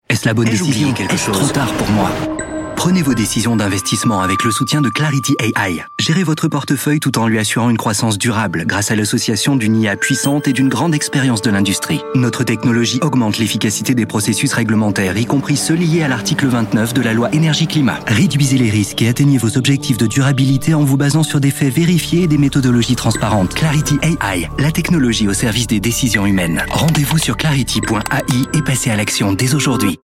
Est-ce la bonne décision? Est-ce trop tard pour moi? Prenez vos décisions d'investissement avec le soutien de Clarity AI. Gérez votre portefeuille tout en lui assurant une croissance durable grâce à l'association d'une IA puissante et d'une grande expérience de l'industrie. Notre technologie augmente l'efficacité des processus réglementaires, y compris ceux liés à l'article 29 de la loi Énergie-Climat. Réduisez les risques et atteignez vos objectifs de durabilité en vous basant sur des faits vérifiés et des méthodologies transparentes. Clarity AI, la technologie au service des décisions humaines. Rendez-vous sur clarity.ai et passez à l'action dès aujourd'hui.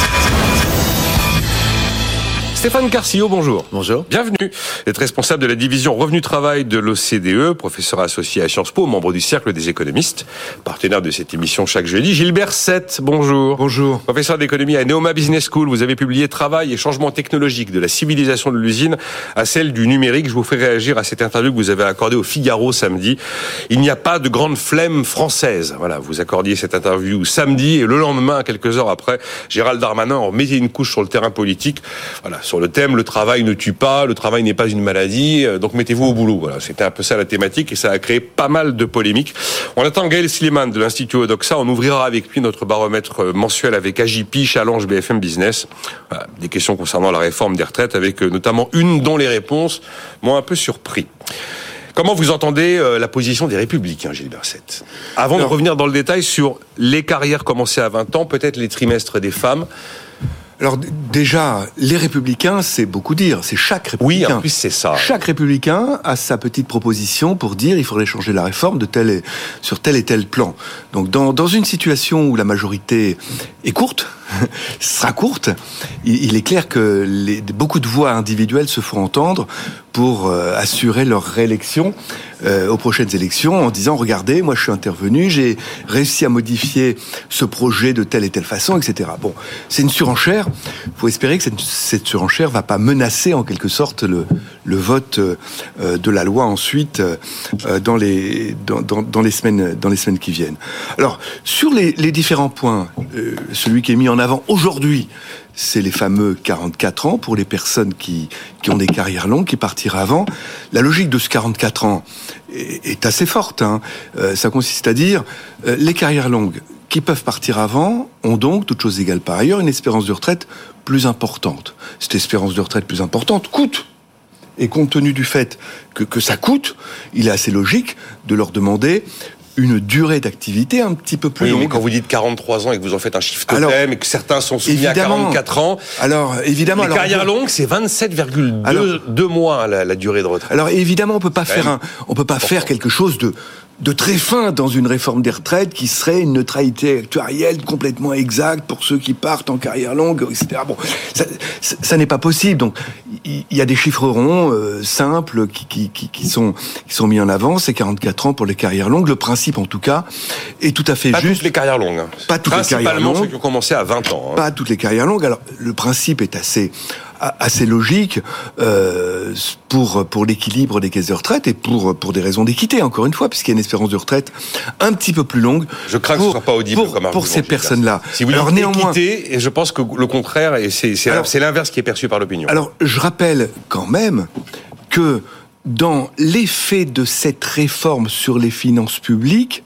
Stéphane Carcillo, bonjour. Bonjour. Bienvenue. Vous êtes responsable de la division Revenu-Travail de l'OCDE, professeur associé à Sciences Po, membre du Cercle des économistes, partenaire de cette émission chaque jeudi. Gilbert Sett, bonjour. Bonjour. Professeur d'économie à Neoma Business School, vous avez publié Travail et changement technologique de la civilisation de l'usine à celle du numérique. Je vous ferai réagir à cette interview que vous avez accordée au Figaro samedi. Il n'y a pas de grande flemme française. Voilà, vous accordiez cette interview samedi et le lendemain, quelques heures après, Gérald Darmanin en mettait une couche sur le terrain politique. Voilà, sur le thème, le travail ne tue pas, le travail n'est pas une maladie, donc mettez-vous au boulot. Voilà, c'était un peu ça la thématique et ça a créé pas mal de polémiques. On attend Gaël Sliman de l'Institut Odoxa. On ouvrira avec lui notre baromètre mensuel avec AJP, Challenge, BFM Business. Voilà, des questions concernant la réforme des retraites avec notamment une dont les réponses m'ont un peu surpris. Comment vous entendez la position des Républicains, Gilbert Sett? Avant de revenir dans le détail sur les carrières commencées à 20 ans, peut-être les trimestres des femmes. Alors déjà, les Républicains, c'est beaucoup dire, c'est chaque Républicain. Oui, en plus c'est ça. Chaque Républicain a sa petite proposition pour dire il faudrait changer la réforme sur tel et tel plan. Donc dans une situation où la majorité est courte, sera courte, il est clair que beaucoup de voix individuelles se font entendre pour assurer leur réélection aux prochaines élections en disant regardez, moi je suis intervenu, j'ai réussi à modifier ce projet de telle et telle façon, etc. Bon, c'est une surenchère. Il faut espérer que cette surenchère va pas menacer en quelque sorte le vote de la loi ensuite dans les semaines qui viennent. Alors sur les différents points, celui qui est mis en avant aujourd'hui, c'est les fameux 44 ans pour les personnes qui ont des carrières longues, qui partiraient avant. La logique de ce 44 ans est assez forte. Ça consiste à dire les carrières longues qui peuvent partir avant ont donc, toutes choses égales par ailleurs, une espérance de retraite plus importante. Cette espérance de retraite plus importante coûte. Et compte tenu du fait que ça coûte, il est assez logique de leur demander une durée d'activité un petit peu plus longue. Mais quand vous dites 43 ans et que vous en faites un chiffre totem et que certains sont soumis à 44 ans, alors évidemment, les carrières longues, c'est 27,2 mois la durée de retraite. Alors évidemment, on peut pas faire quelque chose de très fin dans une réforme des retraites qui serait une neutralité actuarielle complètement exacte pour ceux qui partent en carrière longue, etc. Bon, ça n'est pas possible. Donc, il y a des chiffres ronds simples qui sont mis en avant. C'est 44 ans pour les carrières longues. Le principe, en tout cas, est tout à fait juste. Pas toutes les carrières longues. Pas toutes les carrières longues. Principalement ceux qui ont commencé à 20 ans. Pas toutes les carrières longues. Alors, le principe est assez logique pour l'équilibre des caisses de retraite et pour des raisons d'équité, encore une fois, puisqu'il y a une espérance de retraite un petit peu plus longue. Je crains que ce ne soit pas audible comme argument pour ces personnes-là. Si vous dites équité, et je pense que le contraire, et c'est l'inverse qui est perçu par l'opinion. Alors, je rappelle quand même que dans l'effet de cette réforme sur les finances publiques,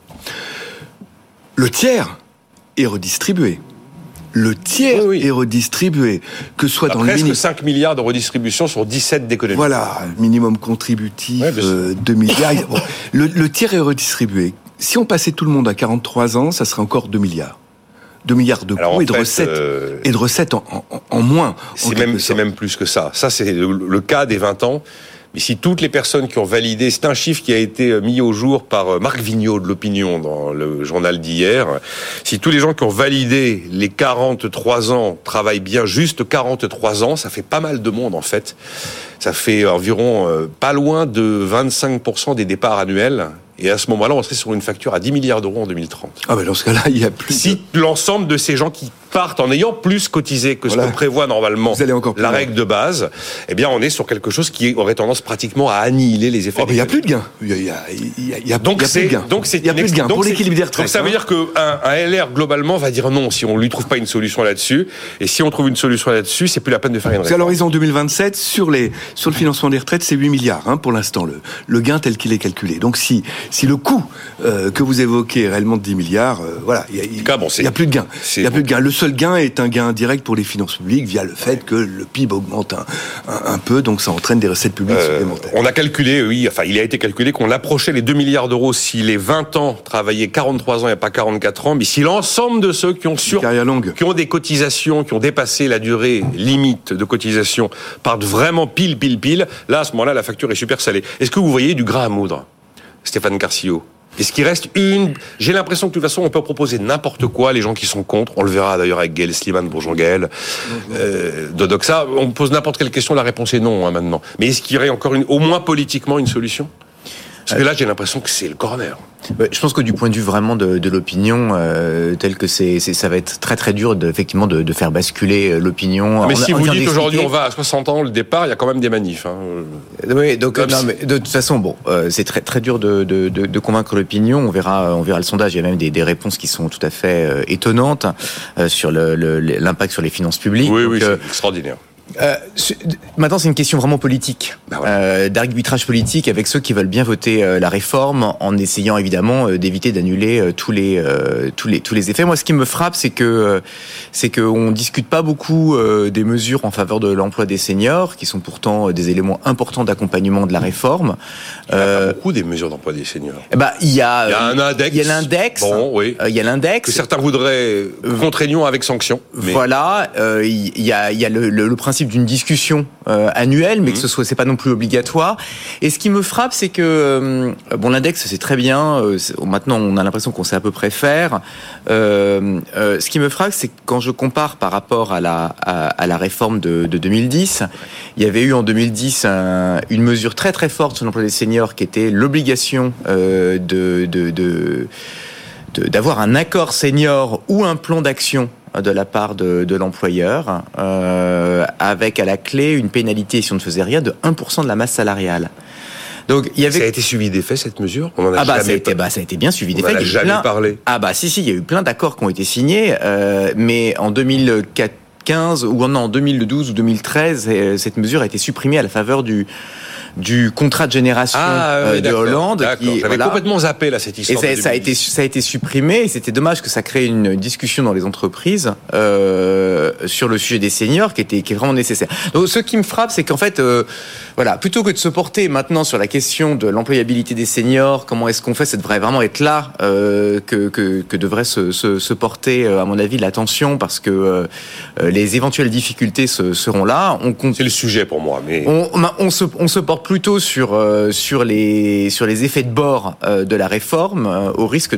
le tiers est redistribué. Le tiers est redistribué, que ce soit dans presque le 5 milliards de redistribution sur 17 d'économies. Voilà, minimum contributif, 2 milliards. Bon, le tiers est redistribué. Si on passait tout le monde à 43 ans, ça serait encore 2 milliards. 2 milliards de coûts et de recettes en moins. C'est même plus que ça. Ça, c'est le cas des 20 ans. Mais si toutes les personnes qui ont validé, c'est un chiffre qui a été mis au jour par Marc Vigneault de l'Opinion dans le journal d'hier, si tous les gens qui ont validé les 43 ans travaillent bien juste 43 ans, ça fait pas mal de monde en fait. Ça fait environ pas loin de 25% des départs annuels. Et à ce moment-là, on serait sur une facture à 10 milliards d'euros en 2030. Ah ben dans ce cas-là, il y a plus. Si l'ensemble de ces gens qui partent en ayant plus cotisé que ce que prévoit normalement la règle de base, eh bien, on est sur quelque chose qui aurait tendance pratiquement à annihiler les effets. Il n'y a plus de gains. Il y a plus de gains. Donc c'est plus de gains pour l'équilibre des retraites. Donc ça veut dire qu'un LR globalement va dire non si on lui trouve pas une solution là-dessus. Et si on trouve une solution là-dessus, c'est plus la peine de faire une réforme. À l'horizon 2027, sur le financement des retraites, c'est 8 milliards pour l'instant le gain tel qu'il est calculé. Donc si le coût que vous évoquez est réellement de 10 milliards, voilà, il y a plus de gain. Il y a plus de gain. Le seul gain est un gain direct pour les finances publiques via le fait que le PIB augmente un peu, donc ça entraîne des recettes publiques supplémentaires. On a calculé, il a été calculé qu'on approchait les 2 milliards d'euros si les 20 ans travaillaient 43 ans et pas 44 ans, mais si l'ensemble de ceux qui ont qui ont des cotisations, qui ont dépassé la durée limite de cotisation, partent vraiment pile, là, à ce moment-là, la facture est super salée. Est-ce que vous voyez du grain à moudre, Stéphane Carcillo? Est-ce qu'il reste J'ai l'impression que de toute façon, on peut proposer n'importe quoi, les gens qui sont contre. On le verra d'ailleurs avec Gaël Sliman, bonjour Gaël, Dodoxa. On pose n'importe quelle question, la réponse est non, maintenant. Mais est-ce qu'il y aurait encore au moins politiquement, une solution? Parce que là, j'ai l'impression que c'est le corner. Je pense que du point de vue vraiment de l'opinion, tel que ça va être très très dur effectivement de faire basculer l'opinion. Mais si vous dites aujourd'hui on va à 60 ans le départ, il y a quand même des manifs. Oui, donc de toute façon, c'est très très dur de convaincre l'opinion. On verra le sondage. Il y a même des réponses qui sont tout à fait étonnantes sur l'impact sur les finances publiques. Oui, c'est extraordinaire. Maintenant, c'est une question vraiment politique, d'arbitrage politique avec ceux qui veulent bien voter la réforme, en essayant évidemment d'éviter d'annuler tous les effets. Moi, ce qui me frappe, c'est que on discute pas beaucoup des mesures en faveur de l'emploi des seniors, qui sont pourtant des éléments importants d'accompagnement de la réforme. Il y a pas beaucoup des mesures d'emploi des seniors. Il y a un index. Il y a l'index. Bon, oui. Il y a l'index que certains voudraient contraignant avec sanction. Mais... Voilà. Il y a le principe d'une discussion annuelle, mais que c'est pas non plus obligatoire. Et ce qui me frappe, c'est que l'index c'est très bien. Maintenant, on a l'impression qu'on sait à peu près faire. Ce qui me frappe, c'est que quand je compare par rapport à la réforme de 2010, il y avait eu en 2010 une mesure très très forte sur l'emploi des seniors, qui était l'obligation d'avoir un accord senior ou un plan d'action de la part de l'employeur, avec à la clé une pénalité, si on ne faisait rien, de 1% de la masse salariale. Donc, ça a été suivi d'effet, cette mesure? On en a ça a été bien suivi d'effet. On en a jamais parlé. Si, il y a eu plein d'accords qui ont été signés, mais en 2015 ou en 2012 ou 2013, cette mesure a été supprimée à la faveur du contrat de génération de Hollande. J'avais complètement zappé là cette histoire. Et ça a été supprimé. Et c'était dommage que ça crée une discussion dans les entreprises sur le sujet des seniors qui est vraiment nécessaire. Donc, ce qui me frappe, c'est qu'en fait, plutôt que de se porter maintenant sur la question de l'employabilité des seniors, comment est-ce qu'on fait, ça devrait vraiment être là que devrait se porter, à mon avis, l'attention, parce que les éventuelles difficultés seront là. C'est le sujet pour moi, mais on se porte plutôt sur les effets de bord de la réforme, au risque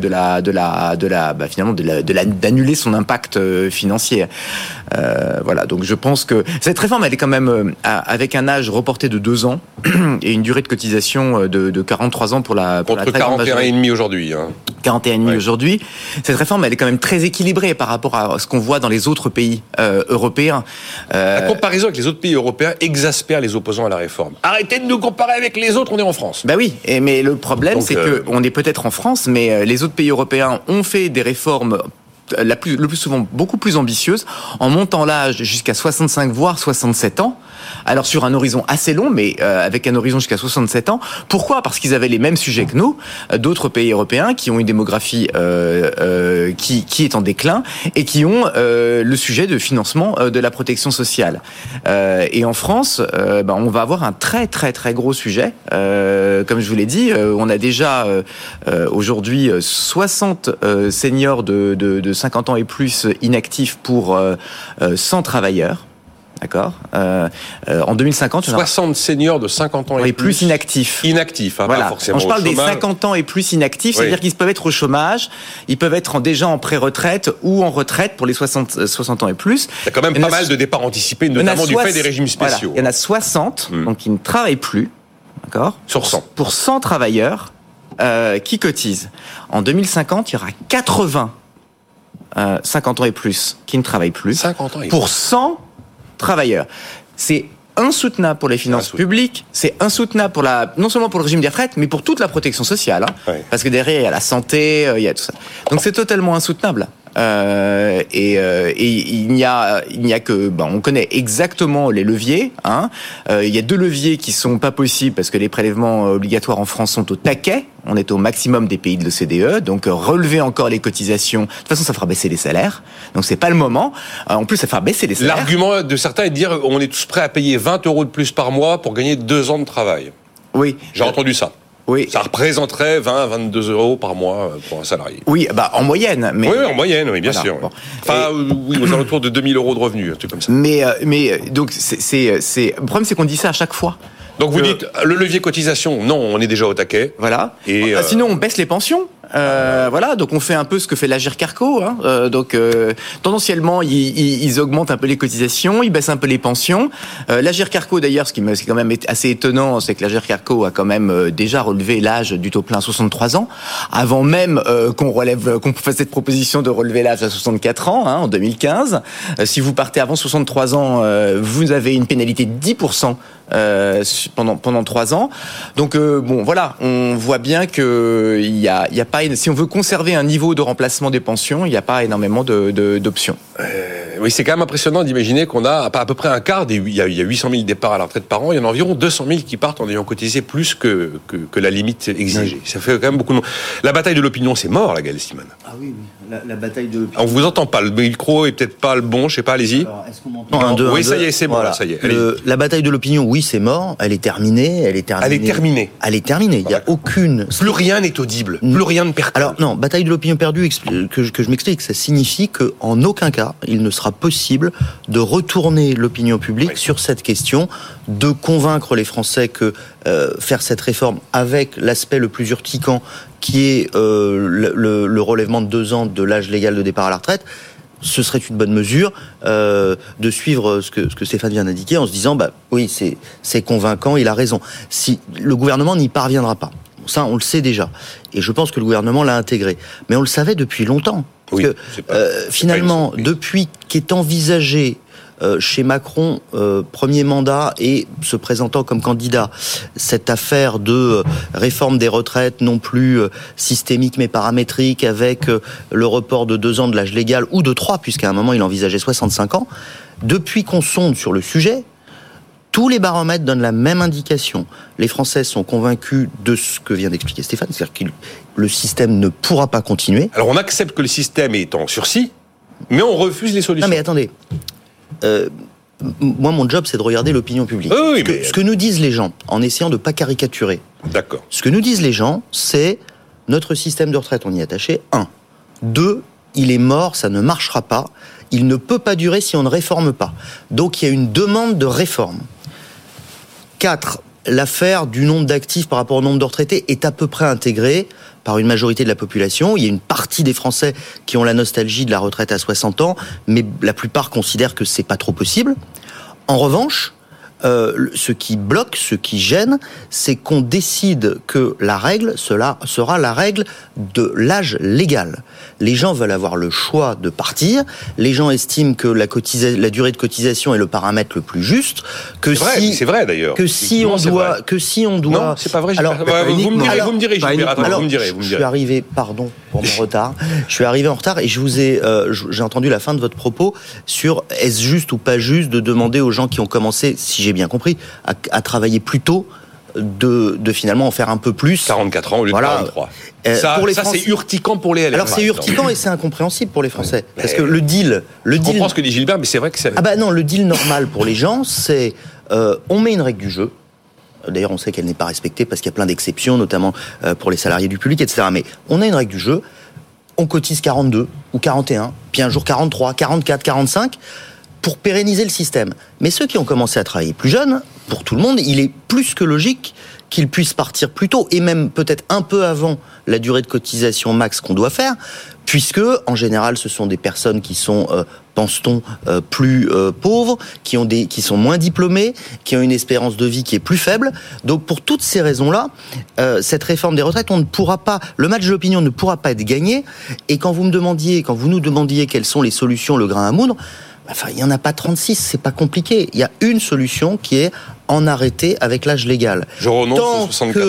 d'annuler son impact financier. Donc je pense que cette réforme, elle est quand même avec un âge reporté de 2 ans et une durée de cotisation de 43 ans pour la contre 41,5 aujourd'hui. 41,5 aujourd'hui. Cette réforme, elle est quand même très équilibrée par rapport à ce qu'on voit dans les autres pays européens. La comparaison avec les autres pays européens exaspère les opposants à la réforme. Arrêtez de nous comparer avec les autres, on est en France. Mais le problème, c'est que on est peut-être en France, mais les autres pays européens ont fait des réformes le plus souvent beaucoup plus ambitieuse, en montant l'âge jusqu'à 65 voire 67 ans. Alors sur un horizon assez long, mais avec un horizon jusqu'à 67 ans. Pourquoi ? Parce qu'ils avaient les mêmes sujets que nous, d'autres pays européens qui ont une démographie qui est en déclin et qui ont le sujet de financement de la protection sociale. Et en France, on va avoir un très très très gros sujet. Comme je vous l'ai dit, on a déjà aujourd'hui 60 seniors de 50 ans et plus inactifs pour 100 travailleurs. D'accord. En 2050, 60 seniors de 50 ans et plus inactifs. Inactifs, voilà. Pas forcément. Quand je parle des 50 ans et plus inactifs, c'est-à-dire qu'ils peuvent être au chômage, ils peuvent être déjà en pré-retraite ou en retraite pour les 60 ans et plus. Il y a quand même pas mal de départs anticipés, notamment du fait des régimes spéciaux. Il y en a 60, donc qui ne travaillent plus. D'accord. Sur 100. Pour 100 travailleurs qui cotisent. En 2050, il y aura 80 50 ans et plus qui ne travaillent plus. 50 ans et pour 100 travailleurs. C'est insoutenable pour les finances publiques, c'est insoutenable non seulement pour le régime des retraites, mais pour toute la protection sociale. Parce que derrière, il y a la santé, il y a tout ça. Donc c'est totalement insoutenable. Et il n'y a que, on connaît exactement les leviers. Il y a 2 leviers qui sont pas possibles parce que les prélèvements obligatoires en France sont au taquet. On est au maximum des pays de l'OCDE, donc relever encore les cotisations. De toute façon, ça fera baisser les salaires. Donc c'est pas le moment. En plus, ça fera baisser les salaires. L'argument de certains est de dire on est tous prêts à payer 20 € de plus par mois pour gagner 2 ans de travail. Oui. J'ai entendu ça. Oui. Ça représenterait 20-22 € par mois pour un salarié. Oui, en moyenne. Mais... Oui, en moyenne, oui, bien sûr. Bon. Enfin, oui, aux alentours de 2000 € de revenus, un truc comme ça. Mais donc, le problème, c'est qu'on dit ça à chaque fois. Donc vous dites, le levier cotisation, non, on est déjà au taquet. Voilà. Et sinon, on baisse les pensions. Voilà, donc on fait un peu ce que fait l'Agirc-Arrco. Donc tendanciellement, ils augmentent un peu les cotisations, ils baissent un peu les pensions. L'Agirc-Arrco, d'ailleurs, ce qui est quand même assez étonnant, c'est que l'Agirc-Arrco a quand même déjà relevé l'âge du taux plein à 63 ans, avant même qu'on fasse cette proposition de relever l'âge à 64 ans, en 2015. Si vous partez avant 63 ans, vous avez une pénalité de 10% pendant 3 ans. Donc voilà, on voit bien que il y a pas, si on veut conserver un niveau de remplacement des pensions, il n'y a pas énormément d'options. Oui, c'est quand même impressionnant d'imaginer qu'on a à peu près un quart il y a 800 000 départs à la retraite par an, il y en a environ 200 000 qui partent en ayant cotisé plus que la limite exigée. Oui. Ça fait quand même beaucoup de monde. La bataille de l'opinion, c'est mort, la Gaëlle Simone. Ah oui, la bataille de l'opinion. On vous entend pas, le micro est peut-être pas le bon, je sais pas, allez-y. Alors, est-ce qu'on m'entend ? Oui, ça y est, c'est bon, voilà. Ça y est. La bataille de l'opinion, oui, c'est mort, elle est terminée. Elle est terminée. Il n'y a aucune... Plus rien n'est audible, plus rien ne percute. Alors non, bataille de l'opinion perdue, que je m'explique, ça signifie qu'en aucun cas, il ne sera possible de retourner l'opinion publique sur cette question, de convaincre les Français que faire cette réforme avec l'aspect le plus urticant qui est le relèvement de 2 ans de l'âge légal de départ à la retraite, ce serait une bonne mesure de suivre ce que Stéphane vient d'indiquer en se disant oui, c'est convaincant, il a raison. Si le gouvernement n'y parviendra pas, ça on le sait déjà, et je pense que le gouvernement l'a intégré, mais on le savait depuis longtemps. Parce que finalement, depuis qu'est envisagé chez Macron, premier mandat et se présentant comme candidat, cette affaire de réforme des retraites non plus systémique mais paramétrique, avec le report de 2 ans de l'âge légal, ou de 3, puisqu'à un moment il envisageait 65 ans, depuis qu'on sonde sur le sujet, tous les baromètres donnent la même indication. Les Français sont convaincus de ce que vient d'expliquer Stéphane, c'est-à-dire que le système ne pourra pas continuer. Alors on accepte que le système est en sursis, mais on refuse les solutions. Non mais attendez, moi mon job c'est de regarder l'opinion publique. Ce que nous disent les gens, en essayant de ne pas caricaturer. D'accord. Ce que nous disent les gens, c'est notre système de retraite, on y est attaché, 1. 2, il est mort, ça ne marchera pas, il ne peut pas durer si on ne réforme pas. Donc il y a une demande de réforme. 4, l'affaire du nombre d'actifs par rapport au nombre de retraités est à peu près intégrée par une majorité de la population. Il y a une partie des Français qui ont la nostalgie de la retraite à 60 ans, mais la plupart considèrent que c'est pas trop possible. En revanche, ce qui bloque, ce qui gêne, c'est qu'on décide que la règle, cela sera la règle de l'âge légal. Les gens veulent avoir le choix de partir. Les gens estiment que la durée de cotisation est le paramètre le plus juste. C'est vrai d'ailleurs. Que si on doit. Non, c'est pas vrai. Alors, vous me direz. Je suis arrivé, pardon pour mon retard. Je suis arrivé en retard et j'ai entendu la fin de votre propos sur est-ce juste ou pas juste de demander aux gens qui ont commencé, si j'ai bien compris, à travailler plus tôt, de finalement en faire un peu plus. 44 ans au lieu de 43. Ça c'est urticant pour les LR. Alors c'est urticant et c'est incompréhensible pour les Français. Parce que le deal... Je comprends ce que dit Gilbert, mais c'est vrai que c'est... non, le deal normal pour les gens, c'est on met une règle du jeu. D'ailleurs, on sait qu'elle n'est pas respectée parce qu'il y a plein d'exceptions, notamment pour les salariés du public, etc. Mais on a une règle du jeu, on cotise 42 ou 41, puis un jour 43, 44, 45... pour pérenniser le système. Mais ceux qui ont commencé à travailler plus jeunes, pour tout le monde, il est plus que logique qu'ils puissent partir plus tôt, et même peut-être un peu avant la durée de cotisation max qu'on doit faire, puisque, en général, ce sont des personnes qui sont, pense-t-on, plus pauvres, qui sont moins diplômés, qui ont une espérance de vie qui est plus faible. Donc, pour toutes ces raisons-là, cette réforme des retraites, le match de l'opinion ne pourra pas être gagné, et quand vous nous demandiez quelles sont les solutions, le grain à moudre, il n'y en a pas 36, c'est pas compliqué. Il y a une solution qui est en arrêter avec l'âge légal. Je renonce aux 64 ans.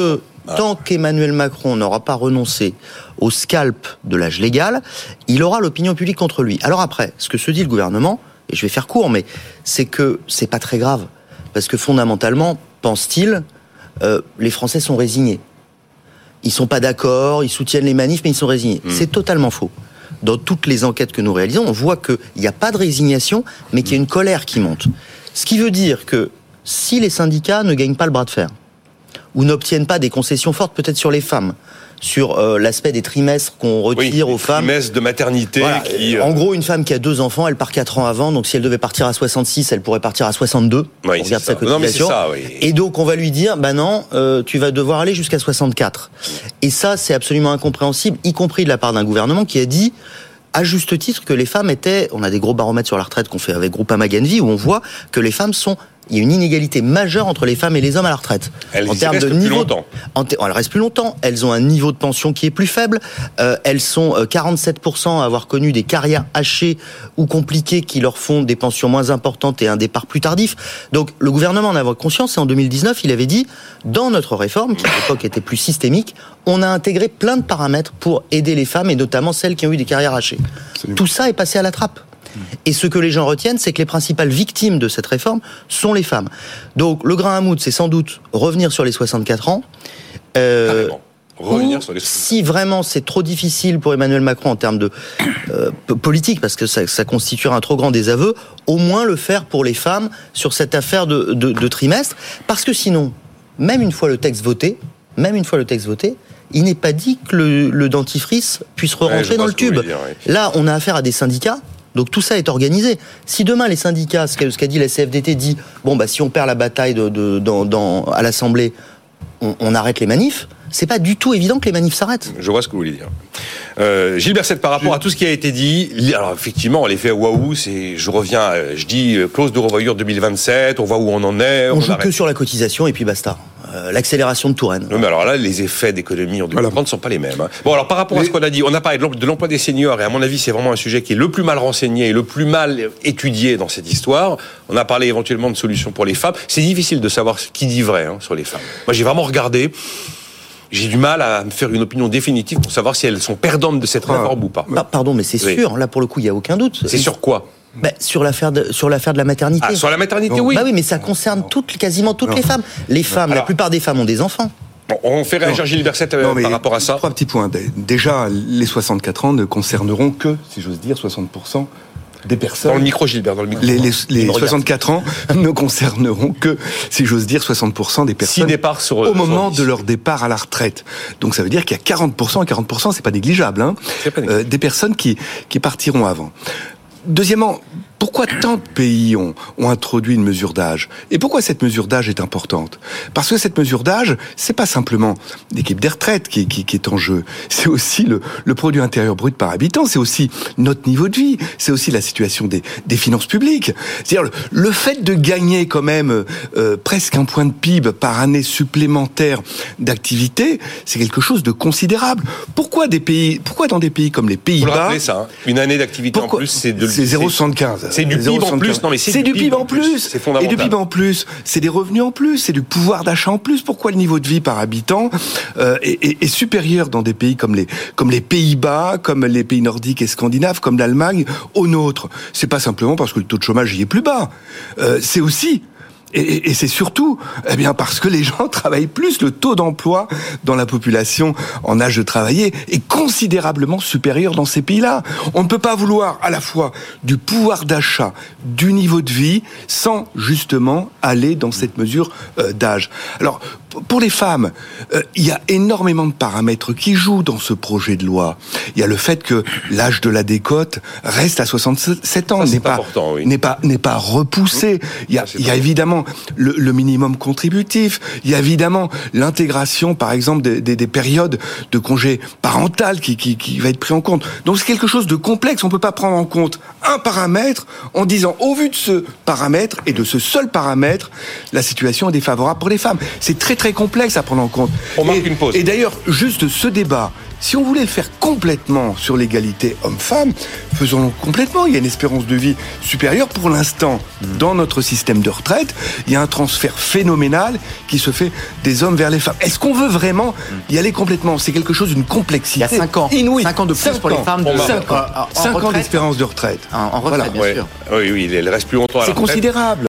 Tant qu'Emmanuel Macron n'aura pas renoncé au scalp de l'âge légal, il aura l'opinion publique contre lui. Alors après, ce que se dit le gouvernement, et je vais faire court, mais c'est que c'est pas très grave. Parce que fondamentalement, pense-t-il, les Français sont résignés. Ils sont pas d'accord, ils soutiennent les manifs, mais ils sont résignés. C'est totalement faux. Dans toutes les enquêtes que nous réalisons, on voit qu'il n'y a pas de résignation, mais qu'il y a une colère qui monte. Ce qui veut dire que si les syndicats ne gagnent pas le bras de fer, ou n'obtiennent pas des concessions fortes, peut-être sur les femmes, sur l'aspect des trimestres qu'on retire aux femmes. Trimestres de maternité. Voilà. En gros, une femme qui a 2 enfants, elle part 4 ans avant, donc si elle devait partir à 66, elle pourrait partir à 62. Oui, on regarde sa cotisation. Non, mais c'est ça, oui. Et donc, on va lui dire, non, tu vas devoir aller jusqu'à 64. Et ça, c'est absolument incompréhensible, y compris de la part d'un gouvernement qui a dit, à juste titre, que les femmes étaient, on a des gros baromètres sur la retraite qu'on fait avec Groupama Genvi, où on voit que les femmes il y a une inégalité majeure entre les femmes et les hommes à la retraite. Elles restent plus longtemps. Elles restent plus longtemps. Elles ont un niveau de pension qui est plus faible. Elles sont 47% à avoir connu des carrières hachées ou compliquées qui leur font des pensions moins importantes et un départ plus tardif. Donc le gouvernement en avait conscience et en 2019, il avait dit, dans notre réforme, qui à l'époque était plus systémique, on a intégré plein de paramètres pour aider les femmes et notamment celles qui ont eu des carrières hachées. Absolument. Tout ça est passé à la trappe. Et ce que les gens retiennent, c'est que les principales victimes de cette réforme sont les femmes. Donc, le grain à moudre, c'est sans doute revenir sur les 64 ans. Revenir sur les 64 ans. Si vraiment c'est trop difficile pour Emmanuel Macron en termes de politique, parce que ça constituera un trop grand désaveu, au moins le faire pour les femmes sur cette affaire de trimestre. Parce que sinon, même une fois le texte voté, il n'est pas dit que le dentifrice puisse rentrer dans le tube. Là, on a affaire à des syndicats. Donc tout ça est organisé. Si demain les syndicats, ce qu'a dit la CFDT, dit si on perd la bataille à l'Assemblée, on arrête les manifs, c'est pas du tout évident que les manifs s'arrêtent. Je vois ce que vous voulez dire. Gilles Berset, par rapport à tout ce qui a été dit, alors effectivement, l'effet waouh, je dis clause de revoyure 2027, on voit où on en est. On joue que sur la cotisation et puis basta. L'accélération de Touraine. Non, mais alors là, les effets d'économie en 2030 ne sont pas les mêmes. Bon, alors par rapport à ce qu'on a dit, on a parlé de l'emploi des seniors, et à mon avis, c'est vraiment un sujet qui est le plus mal renseigné et le plus mal étudié dans cette histoire. On a parlé éventuellement de solutions pour les femmes. C'est difficile de savoir qui dit vrai sur les femmes. Moi, j'ai vraiment regardé. J'ai du mal à me faire une opinion définitive pour savoir si elles sont perdantes de cette réforme ou pas. Pardon, mais c'est sûr. Là, pour le coup, il n'y a aucun doute. C'est sur quoi ? Sur l'affaire de la maternité. Sur la maternité, oui. Oui, mais ça concerne quasiment toutes les femmes. Les femmes, la plupart des femmes ont des enfants. Bon, on fait réagir Gilles Berset par rapport à ça. 3 petits points. Déjà, les 64 ans ne concerneront que, si j'ose dire, 60% des personnes. Dans le micro, Gilbert, dans le micro. Les 64 ans ne concerneront que, si j'ose dire, 60% des personnes au moment de leur départ à la retraite. Donc ça veut dire qu'il y a 40%, et 40%, c'est pas négligeable, des personnes qui partiront avant. Deuxièmement, pourquoi tant de pays ont introduit une mesure d'âge ? Et pourquoi cette mesure d'âge est importante ? Parce que cette mesure d'âge, c'est pas simplement l'équipe des retraites qui est en jeu. C'est aussi le produit intérieur brut par habitant. C'est aussi notre niveau de vie. C'est aussi la situation des finances publiques. C'est-à-dire le fait de gagner quand même presque un point de PIB par année supplémentaire d'activité, c'est quelque chose de considérable. Pourquoi dans des pays comme les Pays-Bas... Vous le rappelez ça, une année d'activité en plus, c'est 0,75. C'est du PIB en plus. Non, mais c'est du PIB en plus. C'est fondamental. Et du PIB en plus, c'est des revenus en plus, c'est du pouvoir d'achat en plus. Pourquoi le niveau de vie par habitant est supérieur dans des pays comme les Pays-Bas, comme les pays nordiques et scandinaves, comme l'Allemagne, au nôtre ? C'est pas simplement parce que le taux de chômage y est plus bas. C'est aussi... Et c'est surtout, parce que les gens travaillent plus. Le taux d'emploi dans la population en âge de travailler est considérablement supérieur dans ces pays-là. On ne peut pas vouloir à la fois du pouvoir d'achat, du niveau de vie, sans justement aller dans cette mesure d'âge. Alors, pour les femmes, il y a énormément de paramètres qui jouent dans ce projet de loi. Il y a le fait que l'âge de la décote reste à 67 ans, n'est pas repoussé. Il y a évidemment le minimum contributif. Il y a évidemment l'intégration, par exemple, des périodes de congé parental qui va être pris en compte. Donc c'est quelque chose de complexe. On peut pas prendre en compte un paramètre en disant, au vu de ce paramètre et de ce seul paramètre, la situation est défavorable pour les femmes. C'est très très très complexe à prendre en compte. On marque une pause. Et d'ailleurs, juste ce débat, si on voulait le faire complètement sur l'égalité homme-femme, faisons-le complètement. Il y a une espérance de vie supérieure. Pour l'instant, dans notre système de retraite, il y a un transfert phénoménal qui se fait des hommes vers les femmes. Est-ce qu'on veut vraiment y aller complètement ? C'est quelque chose d'une complexité il y a 5 ans. inouïe. 5 ans de plus pour les femmes. 5 ans d'espérance de retraite. En retraite, bien sûr. Oui, il reste plus longtemps à la C'est retraite. considérable.